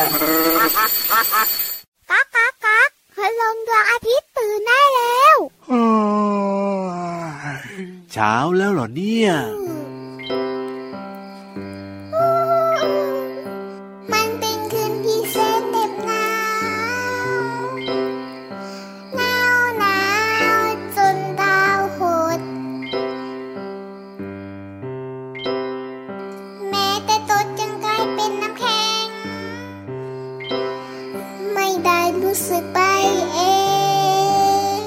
ก๊ากก๊ากก๊ากพลังดวงอาทิตย์ตื่นได้แล้วเช้าแล้วเหรอเนี่ยมันเป็นคืนพิเศษเต็มหนาวจนดาวหดแม้แต่ต้นจึงกลายเป็นน้ำแข็งไม่ได้รู้สึกไปเอง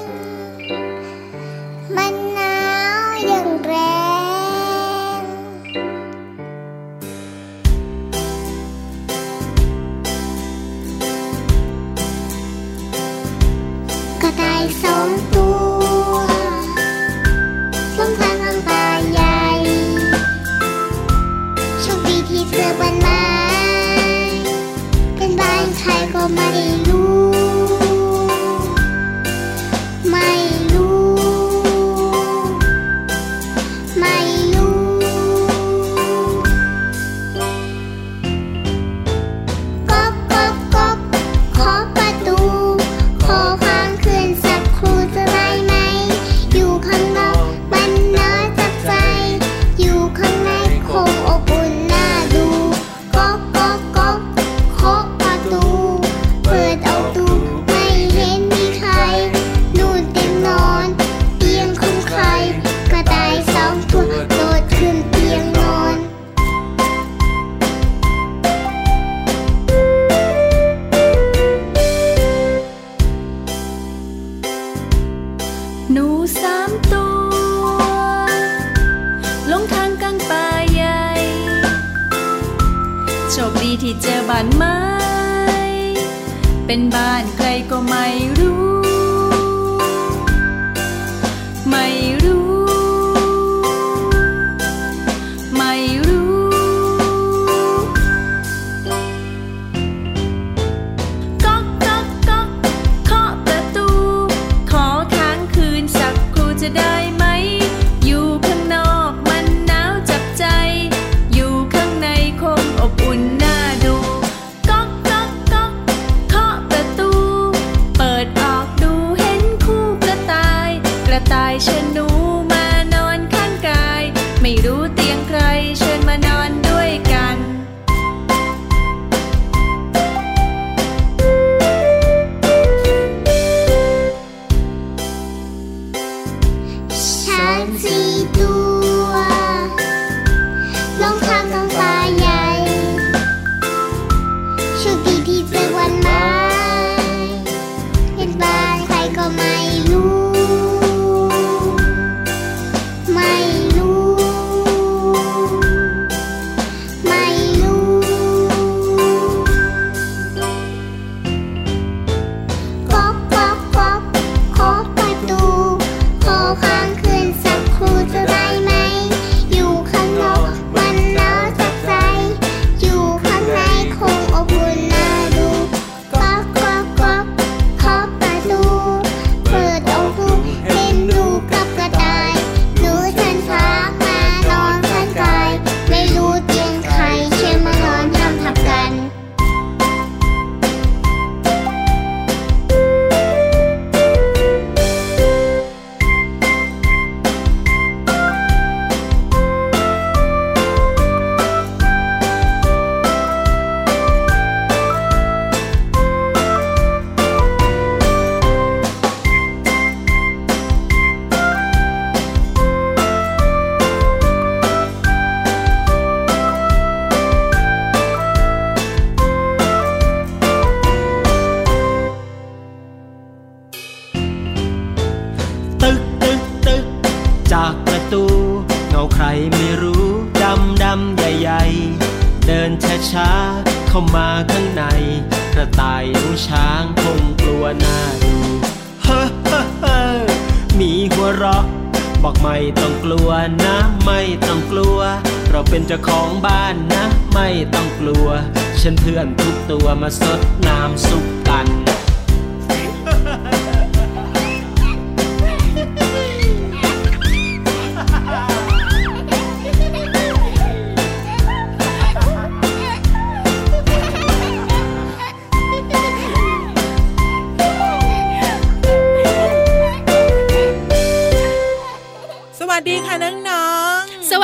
มันหนาวอย่างแรงกระต่ายสองตัวลงทางกลางป่าใหญ่โชคดีที่เจอบ้านไม้เป็นบ้านใครก็ไม่รู้ที่เจอบ้านไม้เป็นบ้านใครก็ไม่รู้ไม่รู้ไม่รู้ก๊อกก๊อกก๊อกเคาะประตูขอค้างคืนสักครู่จะได้ไหมอยู่ข้างนอกมันหนาวจับใจอยู่ข้างในคงอบอุ่นน่าดูก๊อกก๊อกก๊อกเคาะประตูเปิดออกดูเห็นคู่กระต่ายเชิญหนูมานอนข้างกายไม่รู้เตียงใครเชิญมานอนด้วยกันช้างสี่ตัวลงทางกลางป่าใหญ่โชคดีที่เจอวันไม้เป็นบ้านใครก็ไม่รู้ไม่รู้ไม่รู้ก๊อกก๊อกก๊อกเคาะประตูขอค้างคืนสักครู่จะได้ไหมอยู่ข้างนอกมันหนาวจับใจอยู่ข้างในคงอบอุ่นน่าดูก๊อกก๊อกก๊อกเคาะประตูเปิดออกดูเห็นหนูกับกระต่ายหนูฉันพามานอนข้างกายไม่รู้เตียงใครเชิญมานอนทับกันตึกตึกตึกจากประตูเงาใครไม่รู้ดำดำใหญ่ๆเดินช้าๆเข้ามาข้างในกระต่ายหนูช้างคงกลัวหน้าดูเฮ้อเฮ้อเฮ้อมีหัวเราะบอกไม่ต้องกลัวนะไม่ต้องกลัวเราเป็นเจ้าของบ้านนะไม่ต้องกลัวฉันเพื่อนทุกตัวมาสดน้ำซุปกันก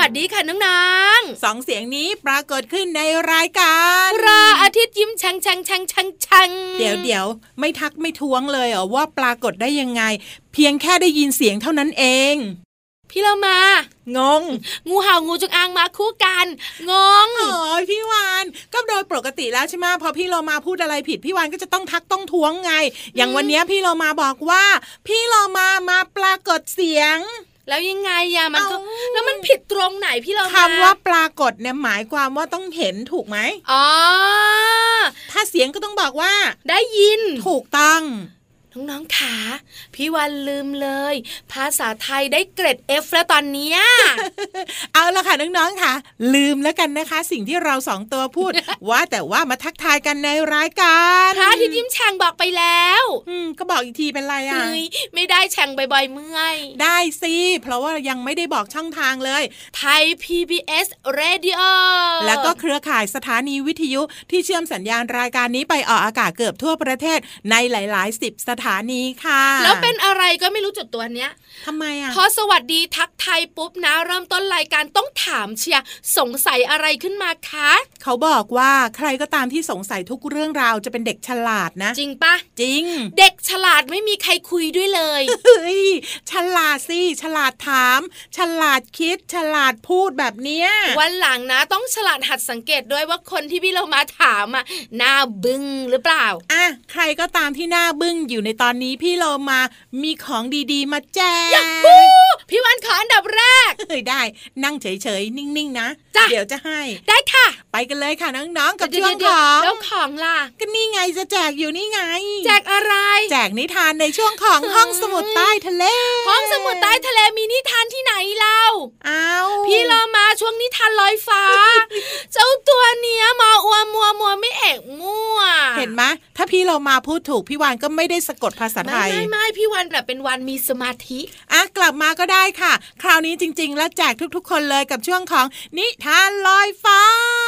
สดีค่ะน้องๆสองเสียงนี้ปรากฏขึ้นในรายการพระอาทิตย์ยิ้มแฉ่งเดี๋ยวไม่ทักไม่ท้วงเลยเหรอว่าปรากฏได้ยังไงเพียงแค่ได้ยินเสียงเท่านั้นเองพี่เรามางงงูเห่างูจงอางมาคู่กันงงโอ้ยพี่วานก็โดยปกติแล้วใช่ไหมพอพี่เรามาพูดอะไรผิดพี่วานก็จะต้องทักต้องท้วงไงอย่างวันนี้พี่เรามาบอกว่าพี่เรามาปรากฏเสียงแล้วยังไงอะมันก็แล้วมันผิดตรงไหนพี่เราคำว่าปรากฏเนี่ยหมายความว่าต้องเห็นถูกไหมอ๋อถ้าเสียงก็ต้องบอกว่าได้ยินถูกต้องน้องๆขาพี่วันลืมเลยภาษาไทยได้เกรด F แล้วตอนนี้เอาละค่ะน้องๆค่ะลืมแล้วกันนะคะสิ่งที่เราสองตัวพูด ว่าแต่ว่ามาทักทายกันในรายการพระอาทิตย์ยิ้มแฉ่งบอกไปแล้วก็บอกอีกทีเป็นไรอ่ะไม่ได้แฉ่งบ่อยๆเมื่อยได้สิเพราะว่ายังไม่ได้บอกช่องทางเลยไทย PBS Radio แล้วก็เครือข่ายสถานีวิทยุที่เชื่อมสัญญาณรายการนี้ไปออกอากาศเกือบทั่วประเทศในหลายๆ10สถานีค่ะแล้วเป็นอะไรก็ไม่รู้จุดตัวเนี้ยทำไมอ่ะพอสวัสดีทักไทยปุ๊บนะเริ่มต้นรายการต้องถามเชียร์สงสัยอะไรขึ้นมาคะเขาบอกว่าใครก็ตามที่สงสัยทุกเรื่องราวจะเป็นเด็กฉลาดนะจริงปะจริงเด็กฉลาดไม่มีใครคุยด้วยเลยฉลาดสิฉลาดถามฉลาดคิดฉลาดพูดแบบเนี้ยวันหลังนะต้องฉลาดหัดสังเกตด้วยว่าคนที่พี่เรามาถามอ่ะหน้าบึ้งหรือเปล่าอ่ะใครก็ตามที่หน้าบึ้งอยู่ในตอนนี้พี่เรามามีของดีๆมาแจกพี่วันขออันดับแรกได้นั่งเฉยๆนิ่งๆนะเดี๋ยวจะให้ได้ค่ะไปกันเลยค่ะน้องๆกับช่วงของแล้วของล่ะก็นี่ไงจะแจกอยู่นี่ไงแจกอะไรแจกนิทานในช่วงของห้องสมุดใต้ทะเลห้องสมุดใต้ทะเลมีนิทานที่ไหนเล่าอ้าวพี่เรามาช่วงนิทานลอยฟ้า เจ้าตัวเนี้ยมาอัวมัวไม่เอกมั่วเห็นไหมถ้าพี่เรามาพูดถูกพี่วานก็ไม่ได้สะกดภาษาไทยไม่พี่วันแบบเป็นวันมีสมาธิอ่ะกลับมาก็ได้ค่ะคราวนี้จริงๆแล้วแจกทุกๆคนเลยกับช่วงของนิทานลอยฟ้า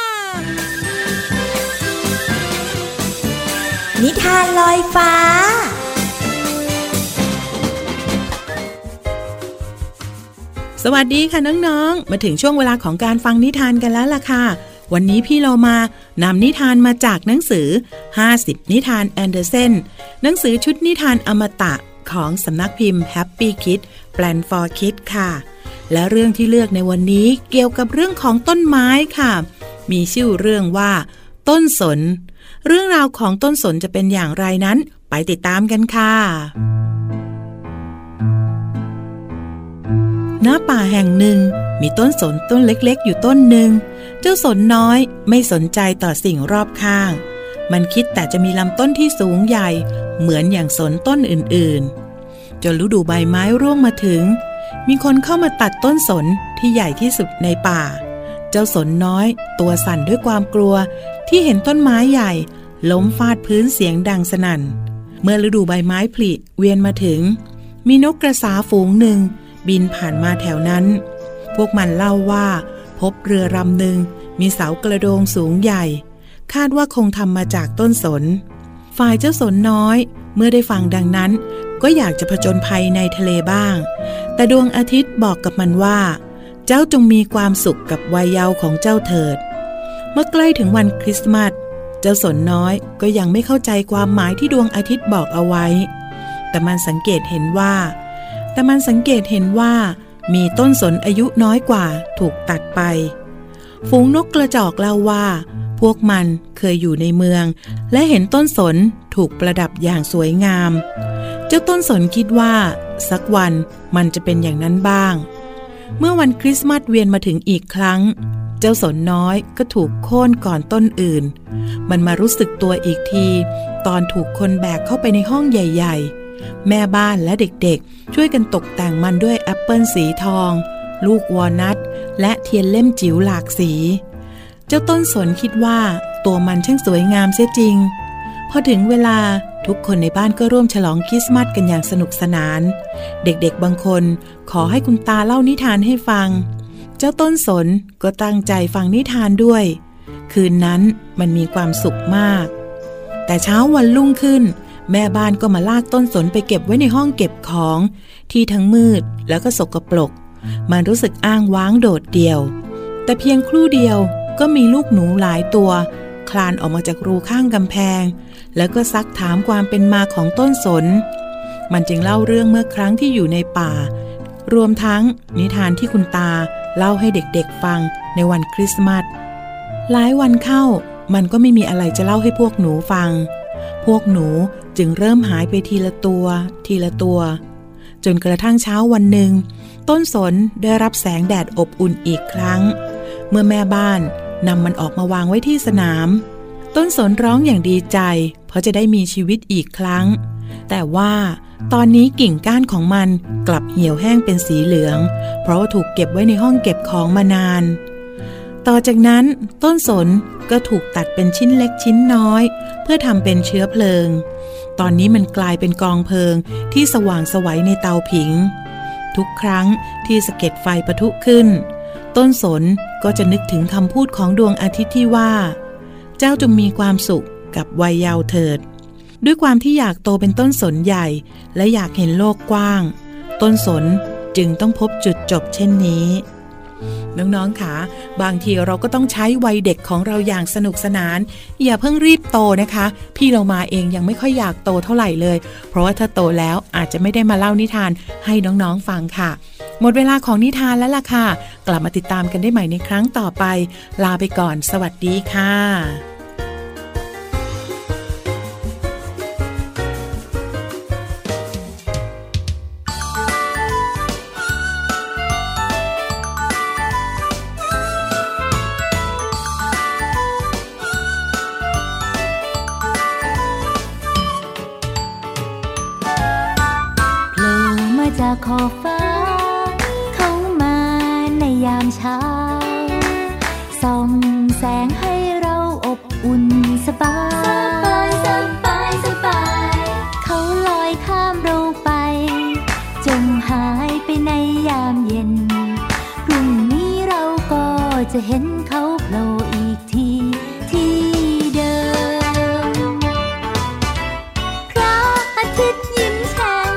นิทานลอยฟ้าสวัสดีค่ะน้องๆมาถึงช่วงเวลาของการฟังนิทานกันแล้วล่ะค่ะวันนี้พี่เรามานำนิทานมาจากหนังสือ50นิทานแอนเดอร์เซนหนังสือชุดนิทานอมตะของสำนักพิมพ์ Happy Kids Plan for Kids ค่ะและเรื่องที่เลือกในวันนี้เกี่ยวกับเรื่องของต้นไม้ค่ะมีชื่อเรื่องว่าต้นสนเรื่องราวของต้นสนจะเป็นอย่างไรนั้นไปติดตามกันค่ะณ ป่าแห่งหนึ่งมีต้นสนต้นเล็กๆอยู่ต้นหนึ่งเจ้าสนน้อยไม่สนใจต่อสิ่งรอบข้างมันคิดแต่จะมีลำต้นที่สูงใหญ่เหมือนอย่างสนต้นอื่นๆจนฤดูใบไม้ร่วงมาถึงมีคนเข้ามาตัดต้นสนที่ใหญ่ที่สุดในป่าเจ้าสนน้อยตัวสั่นด้วยความกลัวที่เห็นต้นไม้ใหญ่ล้มฟาดพื้นเสียงดังสนั่นเมื่อฤดูใบไม้ผลิเวียนมาถึงมีนกกระสาฝูงหนึ่งบินผ่านมาแถวนั้นพวกมันเล่าว่าพบเรือลำหนึ่งมีเสากระโดงสูงใหญ่คาดว่าคงทำมาจากต้นสนฝ่ายเจ้าสนน้อยเมื่อได้ฟังดังนั้นก็อยากจะผจญภัยในทะเลบ้างแต่ดวงอาทิตย์บอกกับมันว่าเจ้าจงมีความสุขกับวัยเยาว์ของเจ้าเถิดเมื่อใกล้ถึงวันคริสต์มาสเจ้าสนน้อยก็ยังไม่เข้าใจความหมายที่ดวงอาทิตย์บอกเอาไว้แต่มันสังเกตเห็นว่ามีต้นสนอายุน้อยกว่าถูกตัดไปฝูงนกกระจอกเล่าว่าพวกมันเคยอยู่ในเมืองและเห็นต้นสนถูกประดับอย่างสวยงามเจ้าต้นสนคิดว่าสักวันมันจะเป็นอย่างนั้นบ้างเมื่อวันคริสต์มาสเวียนมาถึงอีกครั้งเจ้าสนน้อยก็ถูกโค่นก่อนต้นอื่นมันมารู้สึกตัวอีกทีตอนถูกคนแบกเข้าไปในห้องใหญ่ๆแม่บ้านและเด็กๆช่วยกันตกแต่งมันด้วยแอปเปิลสีทองลูกวอลนัทและเทียนเล่มจิ๋วหลากสีเจ้าต้นสนคิดว่าตัวมันช่างสวยงามเสียจริงพอถึงเวลาทุกคนในบ้านก็ร่วมฉลองคริสต์มาสกันอย่างสนุกสนานเด็กๆบางคนขอให้คุณตาเล่านิทานให้ฟังเจ้าต้นสนก็ตั้งใจฟังนิทานด้วยคืนนั้นมันมีความสุขมากแต่เช้าวันรุ่งขึ้นแม่บ้านก็มาลากต้นสนไปเก็บไว้ในห้องเก็บของที่ทั้งมืดแล้วก็สกปรกมันรู้สึกอ้างว้างโดดเดี่ยวแต่เพียงครู่เดียวก็มีลูกหนูหลายตัวคลานออกมาจากรูข้างกำแพงแล้วก็ซักถามความเป็นมาของต้นสนมันจึงเล่าเรื่องเมื่อครั้งที่อยู่ในป่ารวมทั้งนิทานที่คุณตาเล่าให้เด็กๆฟังในวันคริสต์มาสหลายวันเข้ามันก็ไม่มีอะไรจะเล่าให้พวกหนูฟังพวกหนูจึงเริ่มหายไปทีละตัวทีละตัวจนกระทั่งเช้าวันหนึ่งต้นสนได้รับแสงแดดอบอุ่นอีกครั้งเมื่อแม่บ้านนำมันออกมาวางไว้ที่สนามต้นสนร้องอย่างดีใจเพราะจะได้มีชีวิตอีกครั้งแต่ว่าตอนนี้กิ่งก้านของมันกลับเหี่ยวแห้งเป็นสีเหลืองเพราะว่าถูกเก็บไว้ในห้องเก็บของมานานต่อจากนั้นต้นสนก็ถูกตัดเป็นชิ้นเล็กชิ้นน้อยเพื่อทำเป็นเชื้อเพลิงตอนนี้มันกลายเป็นกองเพลิงที่สว่างไสวในเตาผิงทุกครั้งที่สะเก็ดไฟปะทุขึ้นต้นสนก็จะนึกถึงคำพูดของดวงอาทิตย์ที่ว่าเจ้าจงมีความสุขกับวัยเยาว์เถิดด้วยความที่อยากโตเป็นต้นสนใหญ่และอยากเห็นโลกกว้างต้นสนจึงต้องพบจุดจบเช่นนี้น้องๆค่ะบางทีเราก็ต้องใช้วัยเด็กของเราอย่างสนุกสนานอย่าเพิ่งรีบโตนะคะพี่เรามาเองยังไม่ค่อยอยากโตเท่าไหร่เลยเพราะว่าถ้าโตแล้วอาจจะไม่ได้มาเล่านิทานให้น้องๆฟังค่ะหมดเวลาของนิทานแล้วล่ะค่ะกลับมาติดตามกันได้ใหม่ในครั้งต่อไปลาไปก่อนสวัสดีค่ะจากขอบฟ้าเข้ามาในยามเช้าส่องแสงให้เราอบอุ่นสบายสบายสบายเขาลอยข้ามเราไปจงหายไปในยามเย็นพรุ่งนี้เราก็จะเห็นเขาโผล่อีกทีที่เดิมพระอาทิตย์ยิ้มแฉ่ง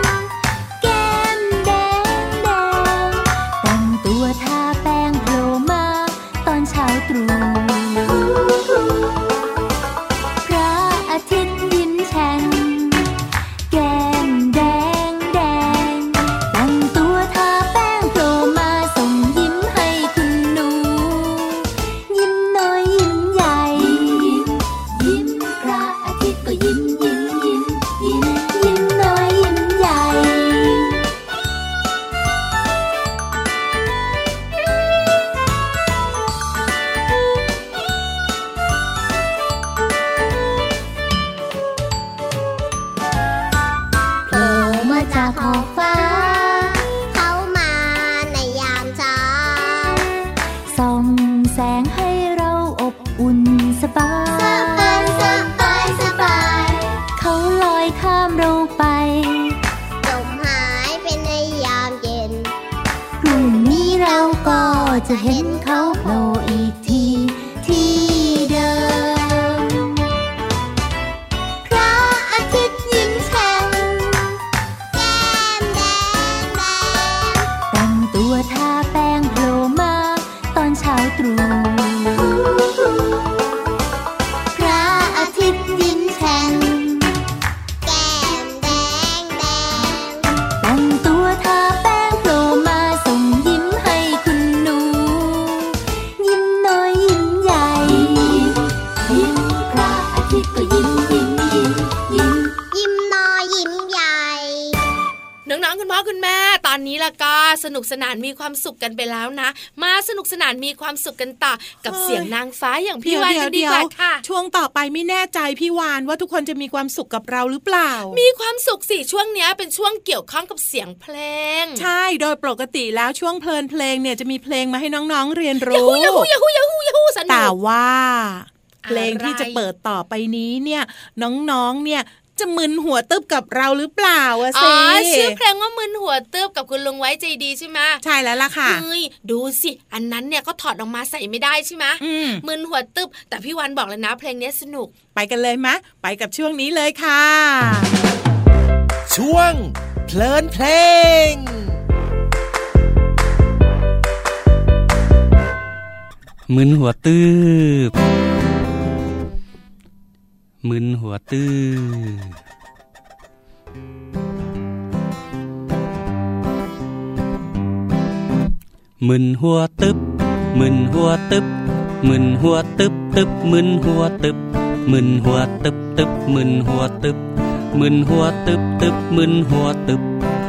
พระอาทิตย์ยิ้มแฉ่งแก้มแดงแดงแต่งตัวทาแป้งโผล่มาส่งยิ้มให้คุณหนูยิ้มน้อยยิ้มใหญ่ยิ้มพระอาทิตย์ก็ยิ้มยิ้มยิ้มยิ้มยิ้มน้อยยิ้มใหญ่จากขอบฟ้าเข้ามาในยามเช้าส่องแสงให้เราอบอุ่นสบายสบายสบายเขาลอยข้ามเราไปจมหายไปในยามเย็นพรุ่งนี้เราก็จะเห็นเขาโผล่อีกทีที่เดิมพระอาทิตย์ยิ้มแฉ่งตัวทาแป้งโผล่มาตอนเช้าตรู่พระอาทิตย์ยิ้มแฉ่งแก้มแดงแดงแต่งตัวทาแป้งโผล่มาส่งยิ้มให้คุณหนูยิ้มน้อยยิ้มใหญ่ยิ้มพระอาทิตย์ก็ยิ้มยิ้มยิ้มยิ้มยิ้มน้อยยิ้มใหญ่น้องๆคุณพ่อคุณแม่ตอนนี้ล่ะก็สนุกสนานมีความสุขกันไปแล้วนะมาสนุกสนานมีความสุขกันต่อกับเสียงนางฟ้าอย่างพี่วานกันดีกว่าค่ะช่วงต่อไปไม่แน่ใจพี่วานว่าทุกคนจะมีความสุขกับเราหรือเปล่ามีความสุขสิช่วงนี้เป็นช่วงเกี่ยวข้องกับเสียงเพลงใช่โดยปกติแล้วช่วงเพลินเพลงเนี่ยจะมีเพลงมาให้น้องๆเรียนรู้ยาฮูยาฮูยาฮูยาฮูสนุกแต่ว่าเพลงที่จะเปิดต่อไปนี้เนี่ยน้องๆเนี่ยจะมึนหัวตึบกับเราหรือเปล่าอะสิชื่อเพลงว่ามึนหัวตึบกับคุณลุงไว้ใจดีใช่ไหมใช่แล้วล่ะค่ะเฮ้ยดูสิอันนั้นเนี่ยก็ถอดออกมาใส่ไม่ได้ใช่ไหมมึนหัวตึบแต่พี่วันบอกเลยนะเพลงนี้สนุกไปกันเลยมะไปกับช่วงนี้เลยค่ะช่วงเพลินเพลงมึนหัวตืบมึนหัวตืบมึนหัวตึบมึนหัวตึบมึนหัวตึบตึบมึนหัวตึบมึนหัวตึบตึบมึนหัวตึบมึนหัวตึบตึบมึนหัวตึบ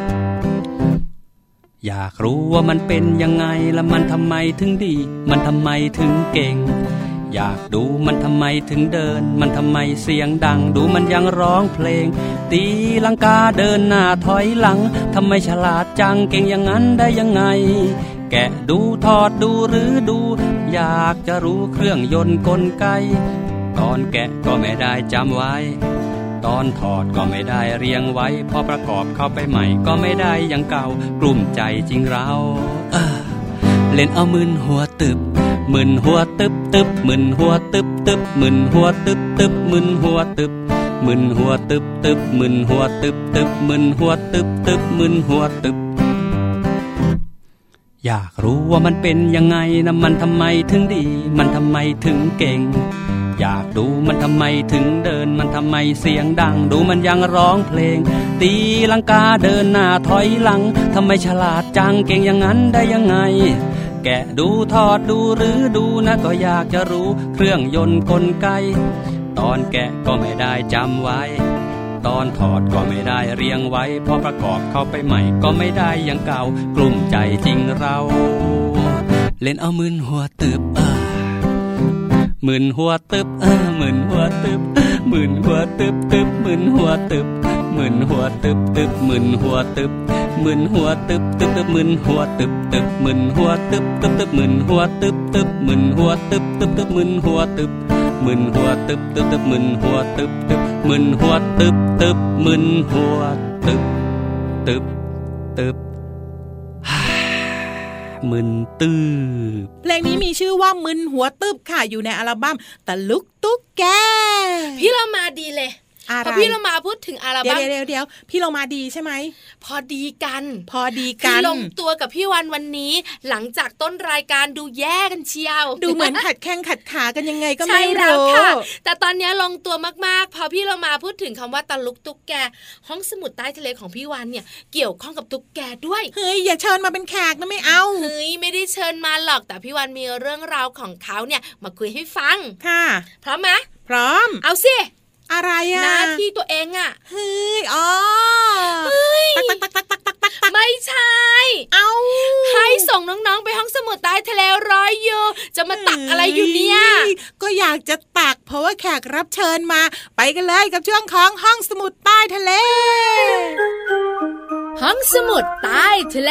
อยากรู้ว่ามันเป็นยังไงและมันทำไมถึงดีมันทำไมถึงเก่งอยากดูมันทำไมถึงเดินมันทำไมเสียงดังดูมันยังร้องเพลงตีลังกาเดินหน้าถอยหลังทำไมฉลาดจังเก่งอย่างนั้นได้ยังไงแกะดูถอดดูหรือดูอยากจะรู้เครื่องยนต์กลไกตอนแกะก็ไม่ได้จำไว้ตอนถอดก็ไม่ได้เรียงไว้พอประกอบเข้าไปใหม่ก็ไม่ได้อย่างเก่ากลุ้มใจจริงเราเล่นเอามึนหัวตึบมึนหัวตึบตึบมึนหัวตึบตึบมึนหัวตึบตึบมึนหัวตึบมึนหัวตึบตึบมึนหัวตึบตึบมึนหัวตึบตึบมึนหัวตึบอยากรู้ว่ามันเป็นยังไงนะมันทำไมถึงดีมันทำไมถึงเก่งอยากดูมันทำไมถึงเดินมันทำไมเสียงดังดูมันยังร้องเพลงตีลังกาเดินหน้าถอยหลังทำไมฉลาดจังเก่งอย่างนั้นได้ยังไงแกะดูถอดดูหรือดูนะก็อยากจะรู้เครื่องยนต์กลไกตอนแกะก็ไม่ได้จำไว้ตอนถอดก็ไม่ได้เรียงไว้พอประกอบเข้าไปใหม่ก็ไม่ได้อย่างเก่ากลุ้มใจจริงเราเล่นเอามึนหัวตึบมึนหัวตึบมึนหัวตึบมึนหัวตึบตึบมึนหัวตึบมึนหัวตึบตึบมึนหัวตึบมึนหัวตึบตึบตึบมึนหัวตึบตึบมึนหัวตึบตึบตึบมึนหัวตึบตึบมึนหัวตึบตึบตึบมึนหัวตึบมึนหัวตึบตึบตึบมึนหัวตึบตึบมึนหัวตึบตึบมึนหัวตึบตึบตึบมึนตืบเพลงนี้มีชื่อว่ามึนหัวตึบค่ะอยู่ในอัลบั้มตะลุกตุ๊กแกพี่เรามาดีเลยพอพี่เรามาพูดถึงอัลบั้มเดี๋ยวพี่เรามาดีใช่ไหมพอดีกันพี่ลงตัวกับพี่วันนี้หลังจากต้นรายการดูแย่กันเชียวดูเหมือนขัดแข้งขัดขากันยังไงก็ไม่รู้ค่ะแต่ตอนนี้ลงตัวมากๆพอพี่เรามาพูดถึงคำว่าตะลุกตุ๊กแกห้องสมุดใต้ทะเลของพี่วันเนี่ยเกี่ยวข้องกับตุ๊กแกด้วยเฮ้ยอย่าเชิญมาเป็นแขกนะไม่เอาเฮ้ยไม่ได้เชิญมาหรอกแต่พี่วันมีเรื่องราวของเขาเนี่ยมาคุยให้ฟังค่ะพร้อมไหมพร้อมเอาสิอะไรอ่ะหน้าที่ตัวเองอ่ะเฮ้ยอ๋อตักไม่ใช่เอาให้ส่งน้องๆไปห้องสมุดใต้ทะเลรออยู่จะมาตักอะไรอยู่เนี่ยก็อยากจะตักเพราะว่าแขกรับเชิญมาไปกันเลยกับช่วงของห้องสมุดใต้ทะเลห้องสมุดใต้ทะเล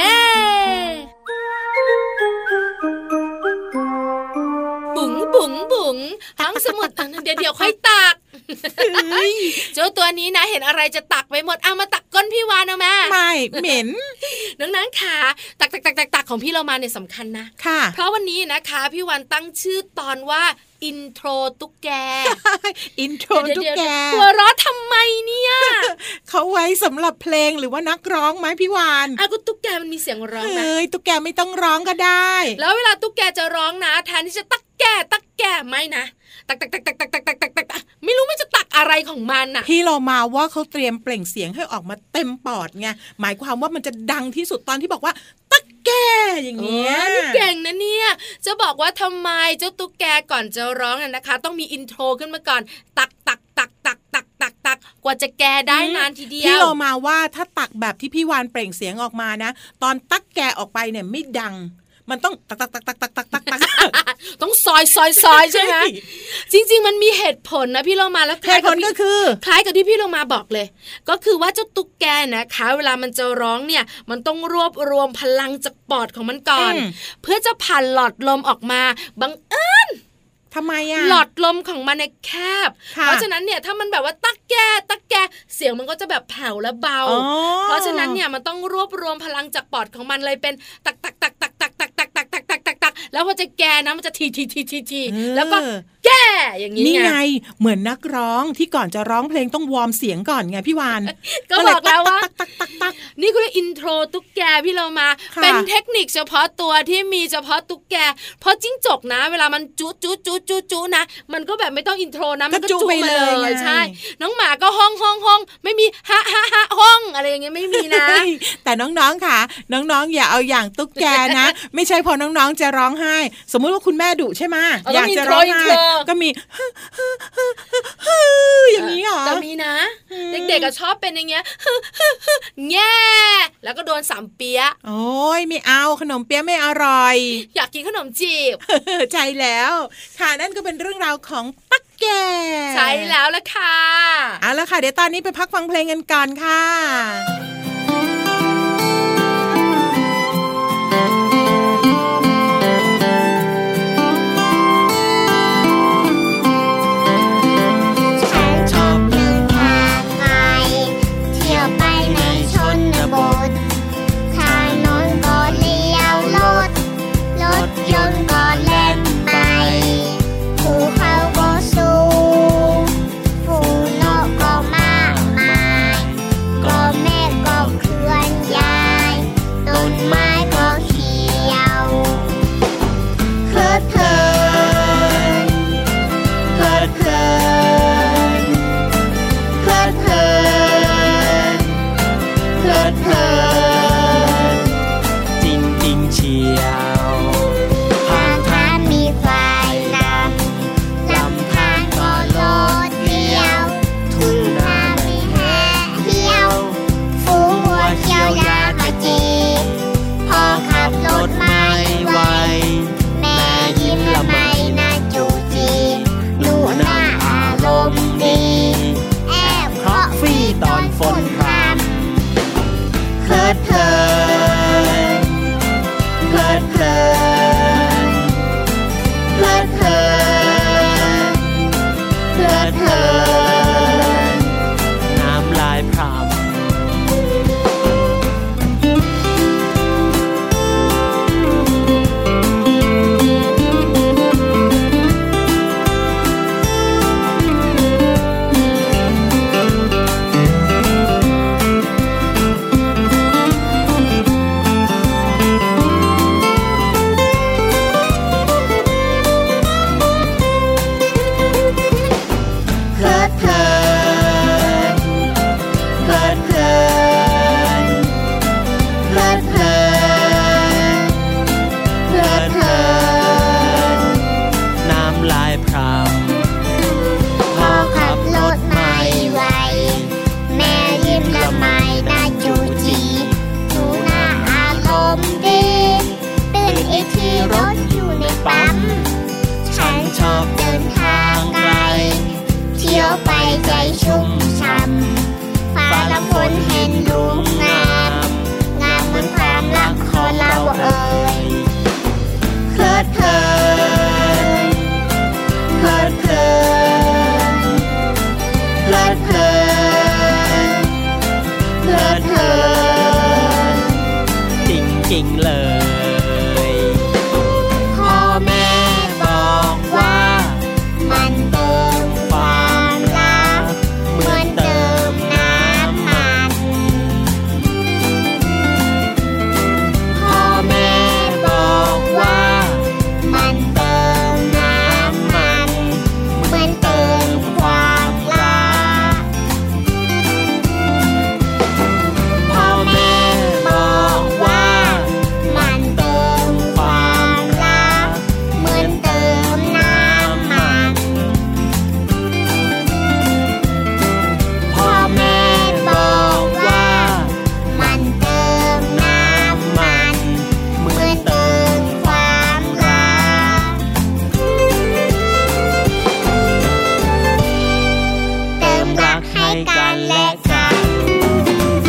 บุ๋งห้องสมุดเดี๋ยวค่อยตักเจ้าตัวนี้นะเห็นอะไรจะตักไปหมดเอามาตักก้นพี่วานเอามาไม่เหม็นน้องๆค่ะตักของพี่เรามาเนี่ยสำคัญนะค่ะเพราะวันนี้นะคะพี่วานตั้งชื่อตอนว่าอินโทรตุ๊กแกอินโทรตุ๊กแกหัวเราะทำไมเนี่ยเขาไว้สำหรับเพลงหรือว่านักร้องไหมพี่วานก็ตุ๊กแกมันมีเสียงร้องนะตุ๊กแกไม่ต้องร้องก็ได้แล้วเวลาตุ๊กแกจะร้องนะแทนที่จะตักแกไม่นะตักไม่รู้มันจะตักอะไรของมันน่ะพี่เรามาว่าเขาเตรียมเปล่งเสียงให้ออกมาเต็มปอดไงหมายความว่ามันจะดังที่สุดตอนที่บอกว่าตักแกอย่างเงี้ยนี่เก่งนะเนี่ยจะบอกว่าทำไมเจ้าตุ๊กแกก่อนจะร้องนะคะต้องมีอินโทรขึ้นมาก่อนตักกว่าจะแกได้นานทีเดียวพี่เรามาว่าถ้าตักแบบที่พี่วานเปล่งเสียงออกมานะตอนตักแกออกไปเนี่ยไม่ดังมันต้องตักต้องซอยใช่ไหมจริงๆมันมีเหตุผลนะพี่เรามาแล้วเหตุผลก็คือคล้ายกับที่พี่เรามาบอกเลยก็คือว่าเจ้าตุ๊กแกนะคะเวลามันจะร้องเนี่ยมันต้องรวบรวมพลังจากปอดของมันก่อนเพื่อจะผ่านหลอดลมออกมาบังเอิญทำไมอ่ะหลอดลมของมันเนี่ยแคบเพราะฉะนั้นเนี่ยถ้ามันแบบว่าตักแกเสียงมันก็จะแบบแผ่วและเบาเพราะฉะนั้นเนี่ยมันต้องรวบรวมพลังจากปอดของมันเลยเป็นตักแล้วพอจะแกนะมันจะทีแล้วก็แก่อย่างนี้นี่ไงเหมือนนักร้องที่ก่อนจะร้องเพลงต้องวอร์มเสียงก่อนไงพี่วานก็บอกแล้วว่านี่คืออินโทรตุ๊กแกพี่เรามาเป็นเทคนิคเฉพาะตัวที่มีเฉพาะตุ๊กแกเพราะจิ้งจกนะเวลามันจุนะมันก็แบบไม่ต้องอินโทรนะมันก็จุไปเลยใช่น้องหมาก็ห้องไม่มีฮะห้องอะไรอย่างเงี้ยไม่มีนะแต่น้องๆค่ะน้องๆอย่าเอาอย่างตุ๊กแกนะไม่ใช่พอน้องๆจะร้องไห้สมมุติว่าคุณแม่ดุใช่ไหมอยากจะร้องไห้ก็มีอย่างนี้หรอแต่มีนะเด็กๆก็ชอบเป็นอย่างเงี้ยแง่แล้วก็โดน3เปี๊ยะโอ้ยไม่เอาขนมเปี๊ยะไม่อร่อยอยากกินขนมจีบใช่แล้วค่ะนั่นก็เป็นเรื่องราวของตุ๊กแกใช่แล้วละค่ะเอาละค่ะเดี๋ยวตอนนี้ไปพักฟังเพลงกันก่อนค่ะ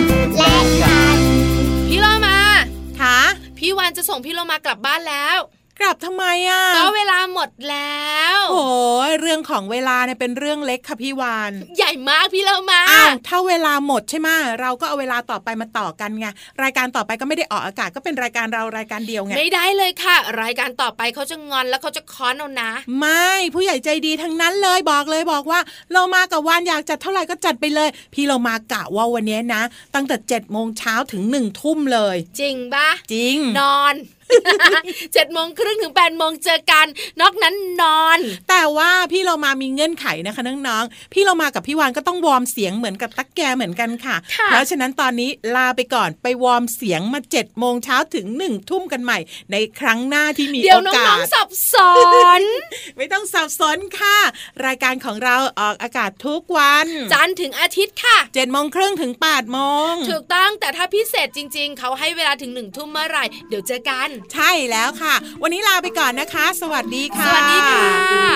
พี่เรามากลับบ้านแล้วกลับทำไมอ่ะก็เวลาหมดแล้วโอ้ยเรื่องของเวลาเนี่ยเป็นเรื่องเล็กค่ะพี่วานใหญ่มากพี่เรามาถ้าเวลาหมดใช่ไหมเราก็เอาเวลาต่อไปมาต่อกันไงรายการต่อไปก็ไม่ได้ออกอากาศก็เป็นรายการเรารายการเดียวไงไม่ได้เลยค่ะรายการต่อไปเขาจะงอนแล้วเขาจะค้อนเอานะไม่ผู้ใหญ่ใจดีทั้งนั้นเลยบอกว่าเรามากับวานอยากจัดเท่าไหร่ก็จัดไปเลยพี่เรามากะว่าวันนี้นะตั้งแต่7:00 น.ถึง 1 ทุ่มเลยจริงปะจริงนอน7:30 ถึง 8:00 น.เจอกันนอกนั้นนอนแต่ว่าพี่เรามามีเงื่อนไขนะคะน้องๆพี่เรามากับพี่วานก็ต้องวอร์มเสียงเหมือนกับตั๊กแกเหมือนกันค่ะเพราะฉะนั้นตอนนี้ลาไปก่อนไปวอร์มเสียงมา7:00 น.ถึง 1 ทุ่มกันใหม่ในครั้งหน้าที่มีโอกาสเดี๋ยวน้องๆสับสนไม่ต้องสับสนค่ะรายการของเราออกอากาศทุกวันจันทร์ถึงอาทิตย์ค่ะ 7:30 ถึง 8:00 น. ถูกต้องแต่ถ้าพิเศษจริงๆเขาให้เวลาถึง 1 ทุ่มเมื่อไหร่เดี๋ยวเจอกันใช่แล้วค่ะวันนี้ลาไปก่อนนะคะสวัสดีค่ะสวัสดีค่ะ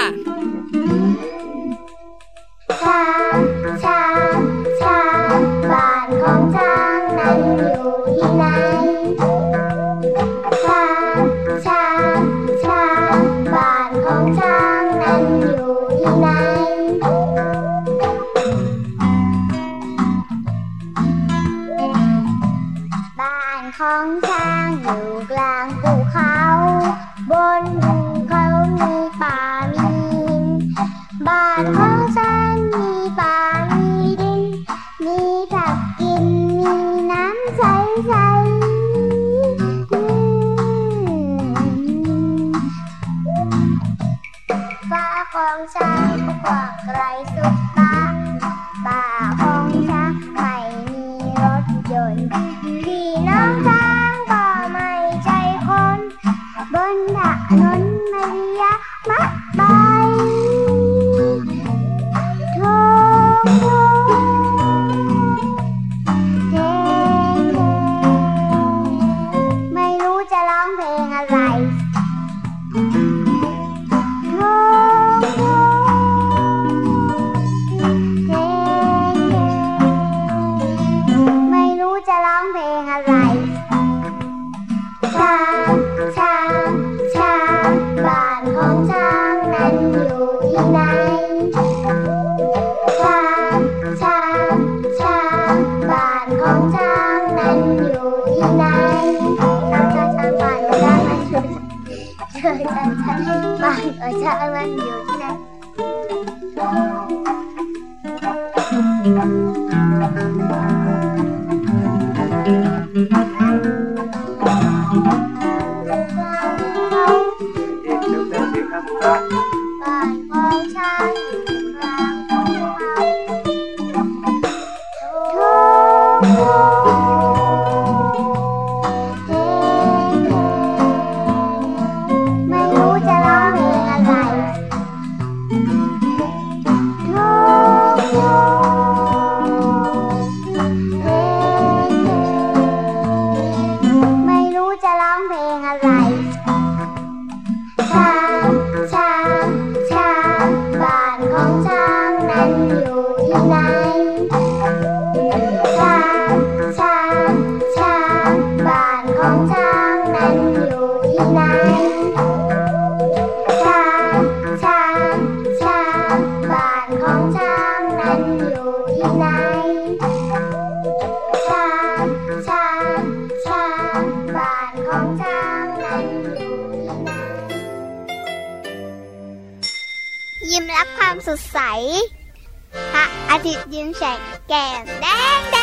ช้างบ้านของช้างนั้นอยู่ที่ไหนช้างบ้านของช้างนั้นอยู่ที่ไหนบ้านของช้างอยู่กลางภูเขาบนภูเขามีป่ามีหินบ้านของฉันมีป่ามีดินมีผักกินมีน้ำใสฟ้าของฉันกว้างไกลสุดฟ้าป่าของฉันไม่มีรถยนต์พี่น้องช้างก็ไม่ใช่คนบนถนนไม่ยากมากไปไม่รู้จะร้องเพลงอะไรไม่รู้จะร้องเพลงอะไรช้างบ้านของช้างนั้นอยู่ที่ไหนช้างบ้านของช้างนั้นอยู่ที่ไหนช้างบ้านของช้างนั้นอยู่บ้านของช้างนั้นอยู่ที่ไหนบ้านของช้างอยู่กลางภูเขาไม่รู้จะร้องเพลงอะไรไม่รู้จะร้องเพลงอะไรช้างบ้านของช้างนั้นอยู่ที่ไหนช้างบ้านของช้างนั้นอยู่ที่ไหนช้างบ้านของช้างนั้นอยู่ที่ไหนช้างบ้านของช้างนั้นอยู่ที่ไหนยิ้มรับความสดใสพระอาทิตย์ยิ้มแฉกแก้มแดง